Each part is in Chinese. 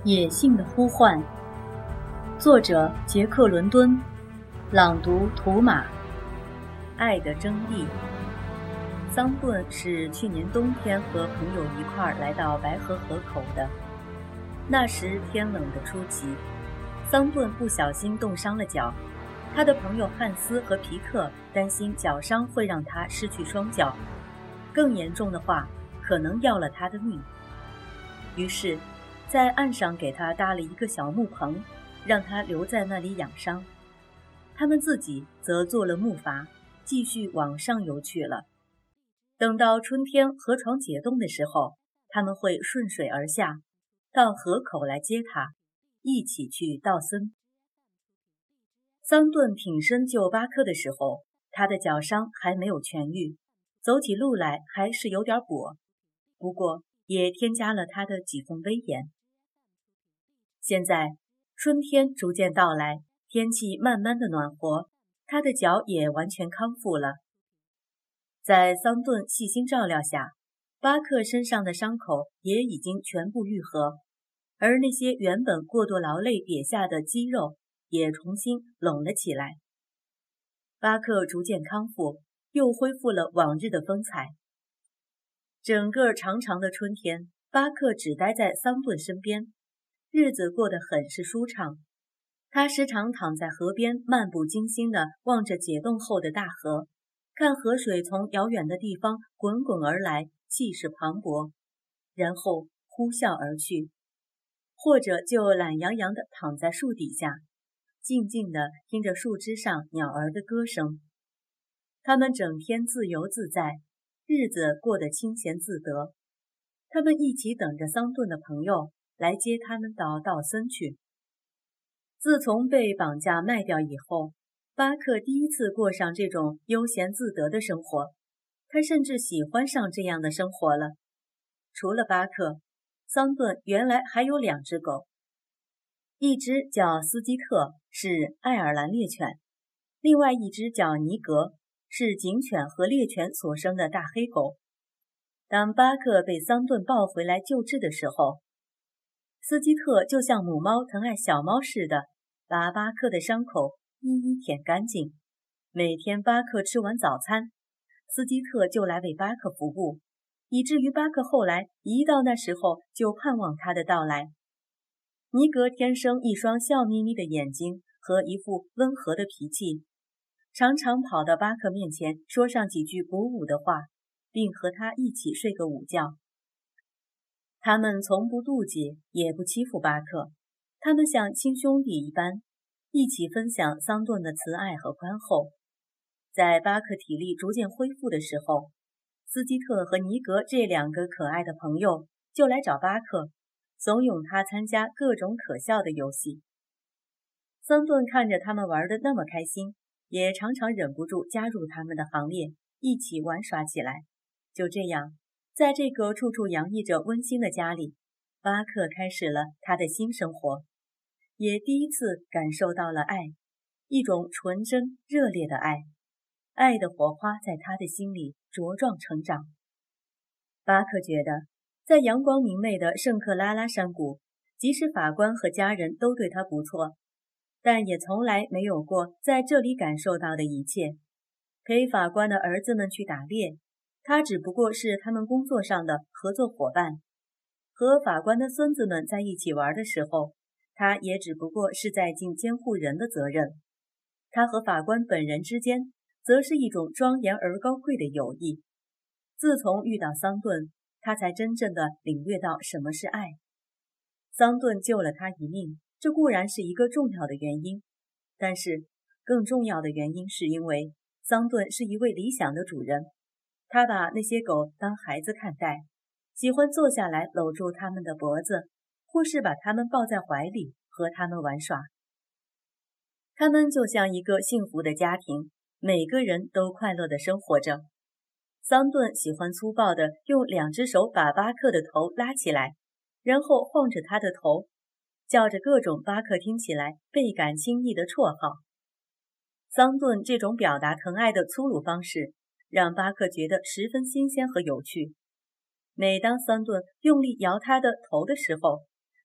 野性的呼唤，作者杰克·伦敦，朗读图马。爱的征地。桑顿是去年冬天和朋友一块儿来到白河河口的。那时天冷的出奇，桑顿不小心冻伤了脚，他的朋友汉斯和皮克担心脚伤会让他失去双脚，更严重的话可能要了他的命。于是在岸上给他搭了一个小木棚，让他留在那里养伤。他们自己则做了木筏，继续往上游去了。等到春天河床解冻的时候，他们会顺水而下，到河口来接他，一起去道森。桑顿挺身救巴克的时候，他的脚伤还没有痊愈，走起路来还是有点跛，不过也添加了他的几分威严。现在春天逐渐到来，天气慢慢的暖和，他的脚也完全康复了。在桑顿细心照料下，巴克身上的伤口也已经全部愈合，而那些原本过度劳累瘪下的肌肉也重新拢了起来。巴克逐渐康复，又恢复了往日的风采。整个长长的春天，巴克只待在桑顿身边，日子过得很是舒畅。他时常躺在河边，漫不经心地望着解冻后的大河，看河水从遥远的地方滚滚而来，气势磅礴，然后呼啸而去，或者就懒洋洋地躺在树底下，静静地听着树枝上鸟儿的歌声。他们整天自由自在，日子过得清闲自得。他们一起等着桑顿的朋友来接他们到道森去。自从被绑架卖掉以后，巴克第一次过上这种悠闲自得的生活，他甚至喜欢上这样的生活了。除了巴克，桑顿原来还有2只狗，一只叫斯基特，是爱尔兰猎犬，另外一只叫尼格，是警犬和猎犬所生的大黑狗。当巴克被桑顿抱回来救治的时候，斯基特就像母猫疼爱小猫似的，把巴克的伤口一一舔干净。每天巴克吃完早餐，斯基特就来为巴克服务，以至于巴克后来一到那时候就盼望他的到来。尼格天生一双笑眯眯的眼睛和一副温和的脾气，常常跑到巴克面前说上几句鼓舞的话，并和他一起睡个午觉。他们从不妒忌，也不欺负巴克，他们像亲兄弟一般，一起分享桑顿的慈爱和宽厚。在巴克体力逐渐恢复的时候，斯基特和尼格这2个可爱的朋友就来找巴克，怂恿他参加各种可笑的游戏。桑顿看着他们玩得那么开心，也常常忍不住加入他们的行列，一起玩耍起来。就这样，在这个处处洋溢着温馨的家里，巴克开始了他的新生活，也第一次感受到了爱，一种纯真热烈的爱。爱的火花在他的心里茁壮成长。巴克觉得，在阳光明媚的圣克拉拉山谷，即使法官和家人都对他不错，但也从来没有过在这里感受到的一切。陪法官的儿子们去打猎，他只不过是他们工作上的合作伙伴；和法官的孙子们在一起玩的时候，他也只不过是在尽监护人的责任。他和法官本人之间则是一种庄严而高贵的友谊。自从遇到桑顿，他才真正的领略到什么是爱。桑顿救了他一命，这固然是一个重要的原因，但是更重要的原因是因为桑顿是一位理想的主人，他把那些狗当孩子看待，喜欢坐下来搂住他们的脖子，或是把他们抱在怀里和他们玩耍。他们就像一个幸福的家庭，每个人都快乐地生活着。桑顿喜欢粗暴地用2只手把巴克的头拉起来，然后晃着他的头，叫着各种巴克听起来倍感亲昵的绰号。桑顿这种表达疼爱的粗鲁方式，让巴克觉得十分新鲜和有趣。每当桑顿用力摇他的头的时候，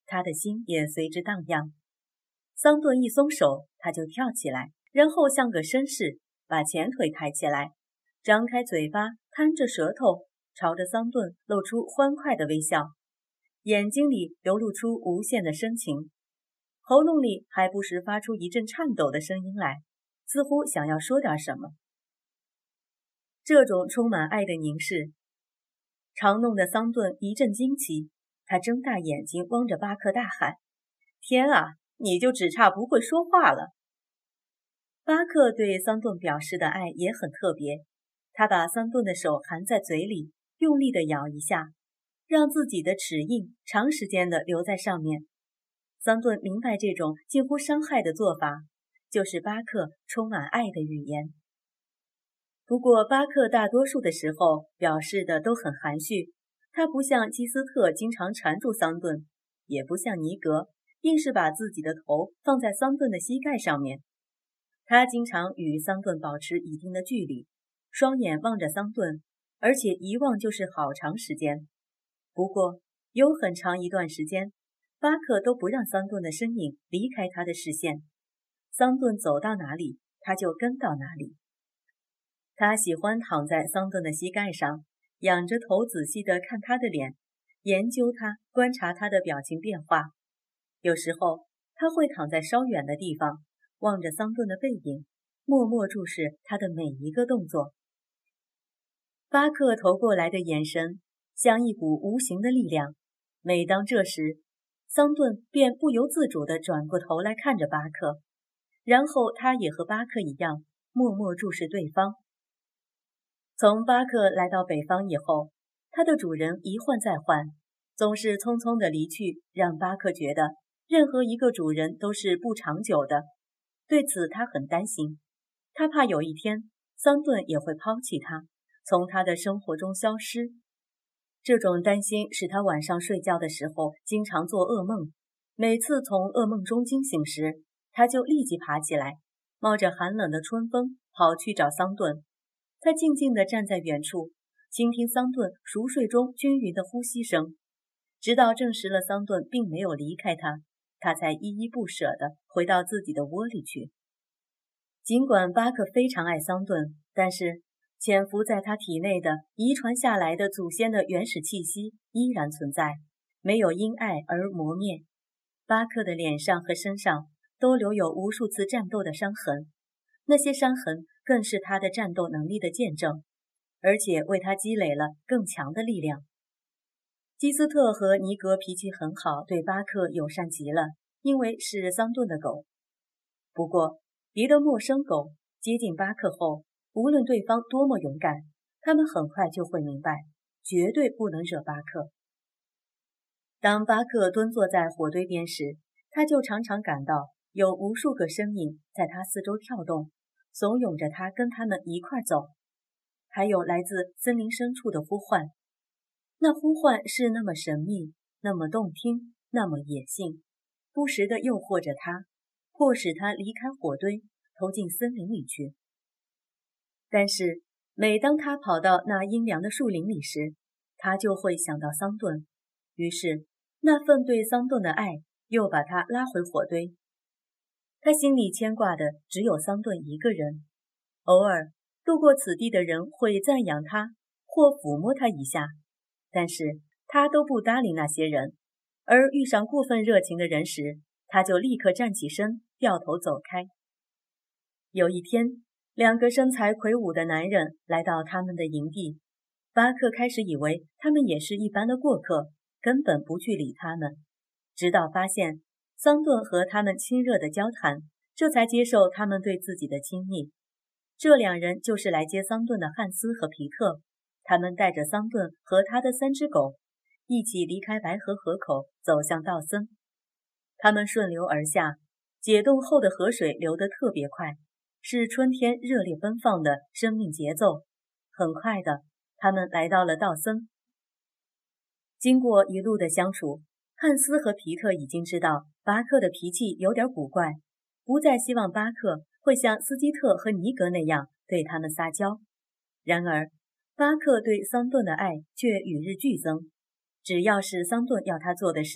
他的心也随之荡漾。桑顿一松手，他就跳起来，然后像个绅士，把前腿抬起来，张开嘴巴，摊着舌头，朝着桑顿露出欢快的微笑，眼睛里流露出无限的深情，喉咙里还不时发出一阵颤抖的声音来，似乎想要说点什么。这种充满爱的凝视，常弄得桑顿一阵惊奇，他睁大眼睛望着巴克大喊：“天啊，你就只差不会说话了！”巴克对桑顿表示的爱也很特别，他把桑顿的手含在嘴里，用力地咬一下，让自己的齿印长时间地留在上面。桑顿明白这种近乎伤害的做法，就是巴克充满爱的语言。不过巴克大多数的时候表示的都很含蓄，他不像基斯特经常缠住桑顿，也不像尼格硬是把自己的头放在桑顿的膝盖上面。他经常与桑顿保持一定的距离，双眼望着桑顿，而且一望就是好长时间。不过有很长一段时间，巴克都不让桑顿的身影离开他的视线，桑顿走到哪里，他就跟到哪里。他喜欢躺在桑顿的膝盖上，仰着头仔细地看他的脸，研究他，观察他的表情变化。有时候他会躺在稍远的地方，望着桑顿的背影，默默注视他的每一个动作。巴克投过来的眼神像一股无形的力量，每当这时，桑顿便不由自主地转过头来看着巴克，然后他也和巴克一样，默默注视对方。从巴克来到北方以后，他的主人一换再换，总是匆匆地离去，让巴克觉得任何一个主人都是不长久的。对此他很担心，他怕有一天桑顿也会抛弃他，从他的生活中消失。这种担心使他晚上睡觉的时候经常做噩梦，每次从噩梦中惊醒时，他就立即爬起来，冒着寒冷的春风跑去找桑顿。他静静地站在远处，倾听桑顿熟睡中均匀的呼吸声，直到证实了桑顿并没有离开他，他才依依不舍地回到自己的窝里去。尽管巴克非常爱桑顿，但是潜伏在他体内的遗传下来的祖先的原始气息依然存在，没有因爱而磨灭。巴克的脸上和身上都留有无数次战斗的伤痕，那些伤痕更是他的战斗能力的见证，而且为他积累了更强的力量。基斯特和尼格脾气很好，对巴克友善极了，因为是桑顿的狗。不过别的陌生狗接近巴克后，无论对方多么勇敢，他们很快就会明白，绝对不能惹巴克。当巴克蹲坐在火堆边时，他就常常感到有无数个生命在他四周跳动，怂恿着他跟他们一块走。还有来自森林深处的呼唤，那呼唤是那么神秘，那么动听，那么野性，不时地诱惑着他，迫使他离开火堆，投进森林里去。但是每当他跑到那阴凉的树林里时，他就会想到桑顿，于是那份对桑顿的爱又把他拉回火堆。他心里牵挂的只有桑顿一个人，偶尔路过此地的人会赞扬他或抚摸他一下，但是他都不搭理那些人，而遇上过分热情的人时，他就立刻站起身，掉头走开。有一天，两个身材魁梧的男人来到他们的营地，巴克开始以为他们也是一般的过客，根本不去理他们，直到发现桑顿和他们亲热的交谈，这才接受他们对自己的亲昵。这两人就是来接桑顿的汉斯和皮特，他们带着桑顿和他的3只狗，一起离开白河河口，走向道森。他们顺流而下，解冻后的河水流得特别快，是春天热烈奔放的生命节奏。很快的，他们来到了道森。经过一路的相处，汉斯和皮特已经知道巴克的脾气有点古怪，不再希望巴克会像斯基特和尼格那样对他们撒娇。然而巴克对桑顿的爱却与日俱增，只要是桑顿要他做的事，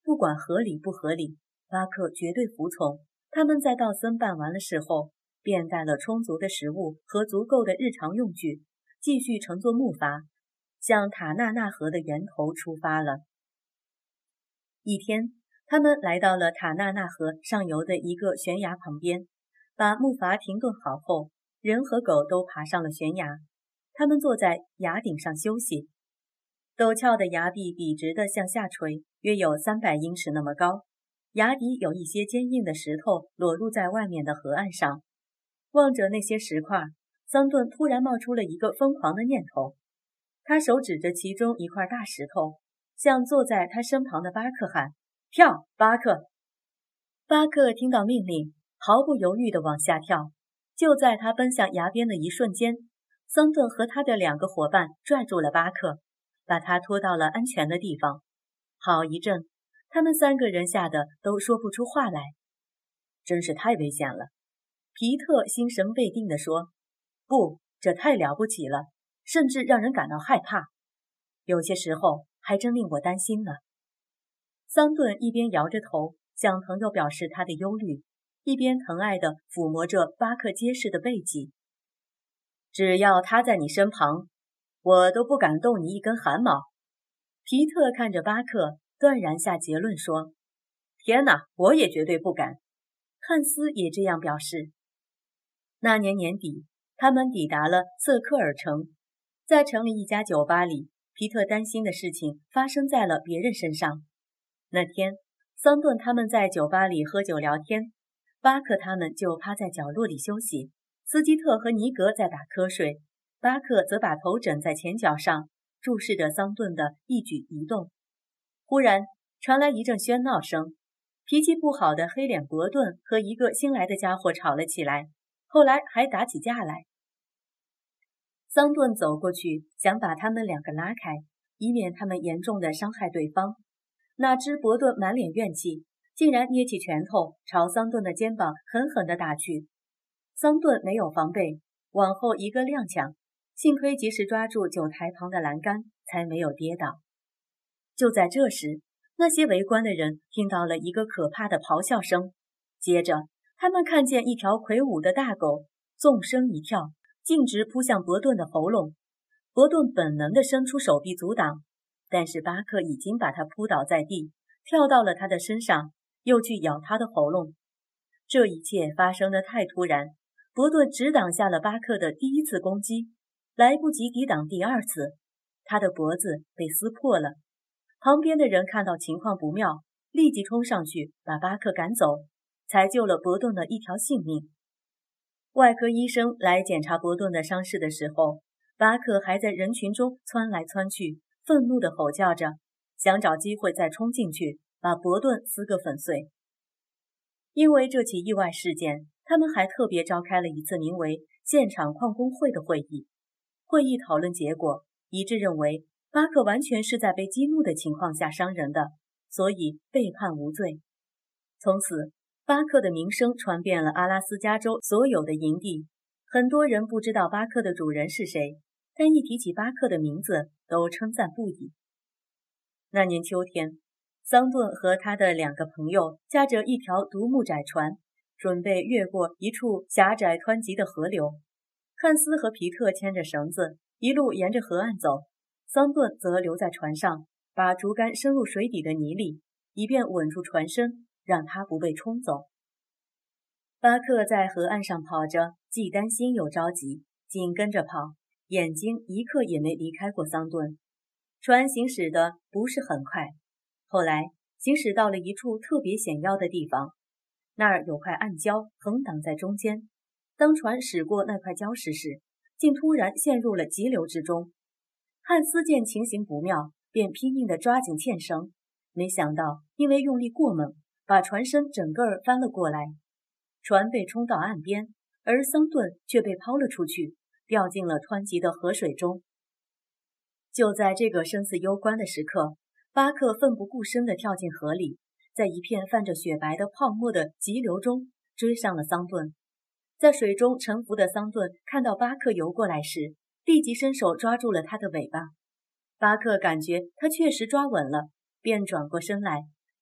不管合理不合理，巴克绝对服从。他们在道森办完了事后，便带了充足的食物和足够的日常用具，继续乘坐木筏，向塔纳纳河的源头出发了。一天，他们来到了塔纳纳河上游的一个悬崖旁边，把木筏停顿好后，人和狗都爬上了悬崖。他们坐在崖顶上休息。陡峭的崖壁笔直地向下垂，约有300英尺那么高。崖底有一些坚硬的石头裸露在外面的河岸上。望着那些石块，桑顿突然冒出了一个疯狂的念头。他手指着其中一块大石头，向坐在他身旁的巴克喊：“跳，巴克！”巴克听到命令，毫不犹豫地往下跳。就在他奔向崖边的一瞬间，桑顿和他的2个伙伴拽住了巴克，把他拖到了安全的地方。好一阵，他们3个人吓得都说不出话来。真是太危险了，皮特心神未定地说：“不，这太了不起了，甚至让人感到害怕。有些时候还真令我担心呢。”桑顿一边摇着头，向朋友表示他的忧虑，一边疼爱地抚摸着巴克结实的背脊。只要他在你身旁，我都不敢动你一根汗毛。皮特看着巴克，断然下结论说：“天哪，我也绝对不敢。”汉斯也这样表示。那年年底，他们抵达了瑟克尔城。在城里一家酒吧里，皮特担心的事情发生在了别人身上。那天，桑顿他们在酒吧里喝酒聊天，巴克他们就趴在角落里休息。斯基特和尼格在打瞌睡，巴克则把头枕在前脚上，注视着桑顿的一举一动。忽然传来一阵喧闹声，脾气不好的黑脸伯顿和一个新来的家伙吵了起来，后来还打起架来。桑顿走过去，想把他们2个拉开，以免他们严重的伤害对方。哪知伯顿满脸怨气，竟然捏起拳头朝桑顿的肩膀狠狠地打去。桑顿没有防备，往后一个踉跄，幸亏及时抓住酒台旁的栏杆，才没有跌倒。就在这时，那些围观的人听到了一个可怕的咆哮声，接着他们看见一条魁梧的大狗纵身一跳，径直扑向伯顿的喉咙。伯顿本能地伸出手臂阻挡，但是巴克已经把他扑倒在地，跳到了他的身上，又去咬他的喉咙。这一切发生得太突然，伯顿只挡下了巴克的第1次攻击，来不及抵挡第2次，他的脖子被撕破了。旁边的人看到情况不妙，立即冲上去把巴克赶走，才救了伯顿的一条性命。外科医生来检查伯顿的伤势的时候，巴克还在人群中窜来窜去，愤怒地吼叫着，想找机会再冲进去，把伯顿撕个粉碎。因为这起意外事件，他们还特别召开了一次名为“现场矿工会”的会议。会议讨论结果一致认为，巴克完全是在被激怒的情况下伤人的，所以被判无罪。从此，巴克的名声传遍了阿拉斯加州所有的营地。很多人不知道巴克的主人是谁，但一提起巴克的名字，都称赞不已。那年秋天，桑顿和他的2个朋友驾着一条独木窄船，准备越过一处狭窄湍急的河流。汉斯和皮特牵着绳子，一路沿着河岸走，桑顿则留在船上，把竹竿深入水底的泥里，以便稳住船身，让它不被冲走。巴克在河岸上跑着，既担心又着急，紧跟着跑，眼睛一刻也没离开过桑顿。船行驶的不是很快，后来行驶到了一处特别险要的地方，那儿有块暗礁横挡在中间。当船驶过那块礁石时，竟突然陷入了急流之中。汉斯见情形不妙，便拼命地抓紧纤绳，没想到因为用力过猛，把船身整个翻了过来。船被冲到岸边，而桑顿却被抛了出去，掉进了湍急的河水中。就在这个生死攸关的时刻，巴克奋不顾身地跳进河里，在一片泛着雪白的泡沫的急流中追上了桑顿。在水中沉浮的桑顿看到巴克游过来时，立即伸手抓住了他的尾巴。巴克感觉他确实抓稳了，便转过身来，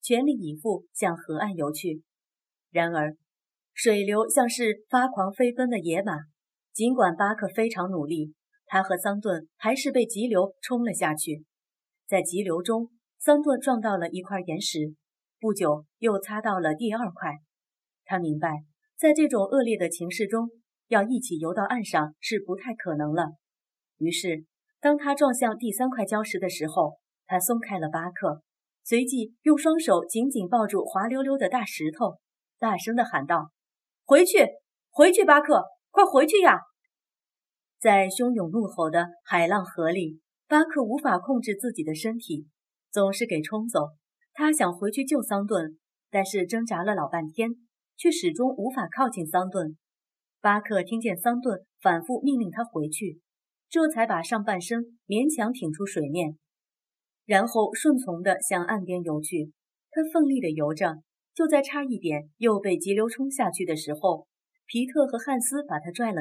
全力以赴向河岸游去。然而，水流像是发狂飞奔的野马，尽管巴克非常努力，他和桑顿还是被急流冲了下去。在急流中，桑顿撞到了一块岩石，不久又擦到了第二块。他明白，在这种恶劣的情势中，要一起游到岸上是不太可能了。于是，当他撞向第三块礁石的时候，他松开了巴克，随即用双手紧紧抱住滑溜溜的大石头，大声地喊道：“回去，回去，巴克，快回去呀！”在汹涌怒吼的海浪河里，巴克无法控制自己的身体，总是给冲走。他想回去救桑顿，但是挣扎了老半天，却始终无法靠近桑顿。巴克听见桑顿反复命令他回去，这才把上半身勉强挺出水面，然后顺从地向岸边游去。他奋力地游着，就在差一点又被急流冲下去的时候，皮特和汉斯把他拽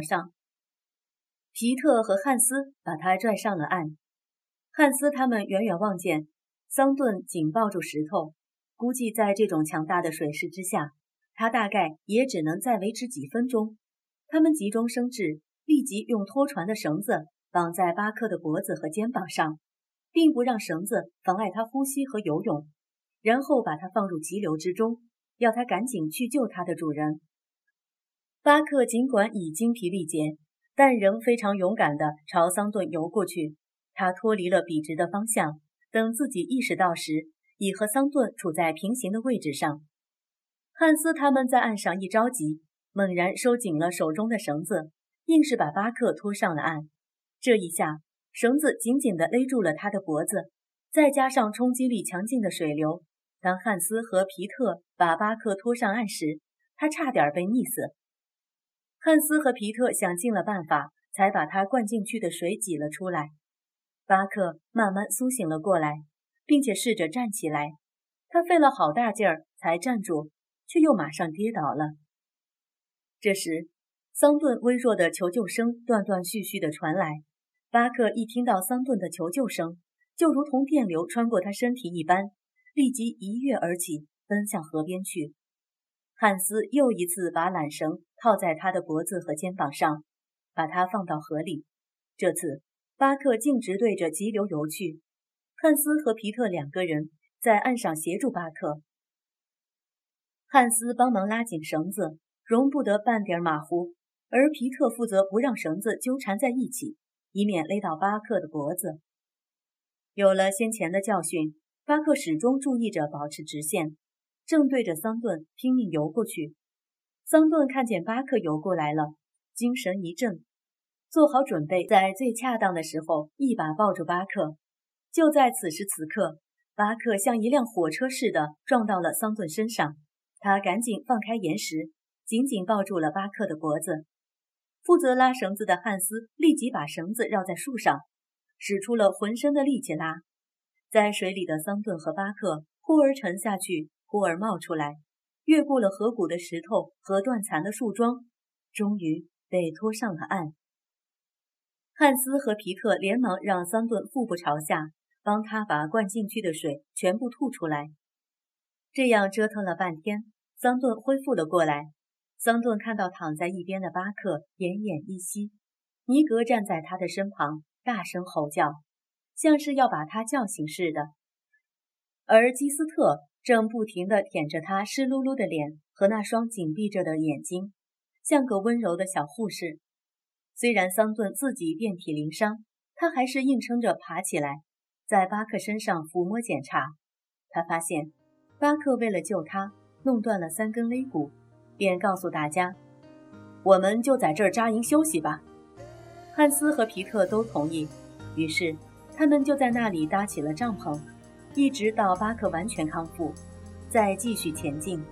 上了岸。汉斯他们远远望见桑顿紧抱住石头，估计在这种强大的水势之下，他大概也只能再维持几分钟。他们急中生智，立即用拖船的绳子绑在巴克的脖子和肩膀上，并不让绳子妨碍他呼吸和游泳，然后把他放入急流之中，要他赶紧去救他的主人。巴克尽管已精疲力竭，但仍非常勇敢地朝桑顿游过去。他脱离了笔直的方向，等自己意识到时，已和桑顿处在平行的位置上。汉斯他们在岸上一着急，猛然收紧了手中的绳子，硬是把巴克拖上了岸。这一下，绳子紧紧地勒住了他的脖子，再加上冲击力强劲的水流，当汉斯和皮特把巴克拖上岸时，他差点被溺死。汉斯和皮特想尽了办法，才把他灌进去的水挤了出来。巴克慢慢苏醒了过来，并且试着站起来。他费了好大劲儿才站住，却又马上跌倒了。这时，桑顿微弱的求救声断断续续地传来。巴克一听到桑顿的求救声，就如同电流穿过他身体一般，立即一跃而起，奔向河边去。汉斯又一次把缆绳套在他的脖子和肩膀上，把他放到河里。这次巴克径直对着急流游去，汉斯和皮特两个人在岸上协助巴克。汉斯帮忙拉紧绳子，容不得半点马虎，而皮特负责不让绳子纠缠在一起，以免勒到巴克的脖子。有了先前的教训，巴克始终注意着保持直线，正对着桑顿拼命游过去。桑顿看见巴克游过来了，精神一振，做好准备在最恰当的时候一把抱住巴克。就在此时此刻，巴克像一辆火车似的撞到了桑顿身上，他赶紧放开岩石，紧紧抱住了巴克的脖子。负责拉绳子的汉斯立即把绳子绕在树上，使出了浑身的力气拉。在水里的桑顿和巴克忽而沉下去，忽而冒出来，越过了河谷的石头和断残的树桩，终于被拖上了岸。汉斯和皮特连忙让桑顿腹部朝下，帮他把灌进去的水全部吐出来。这样折腾了半天，桑顿恢复了过来。桑顿看到躺在一边的巴克，奄奄一息。尼格站在他的身旁，大声吼叫，像是要把他叫醒似的。而基斯特正不停地舔着他湿漉漉的脸和那双紧闭着的眼睛，像个温柔的小护士。虽然桑顿自己遍体鳞伤，他还是硬撑着爬起来，在巴克身上抚摸检查。他发现巴克为了救他，弄断了3根肋骨，便告诉大家：“我们就在这儿扎营休息吧。”汉斯和皮特都同意，于是他们就在那里搭起了帐篷，一直到巴克完全康复，再继续前进。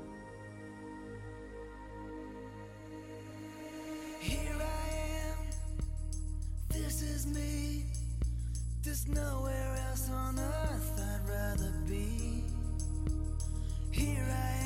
Nowhere else on earth I'd rather be. Here I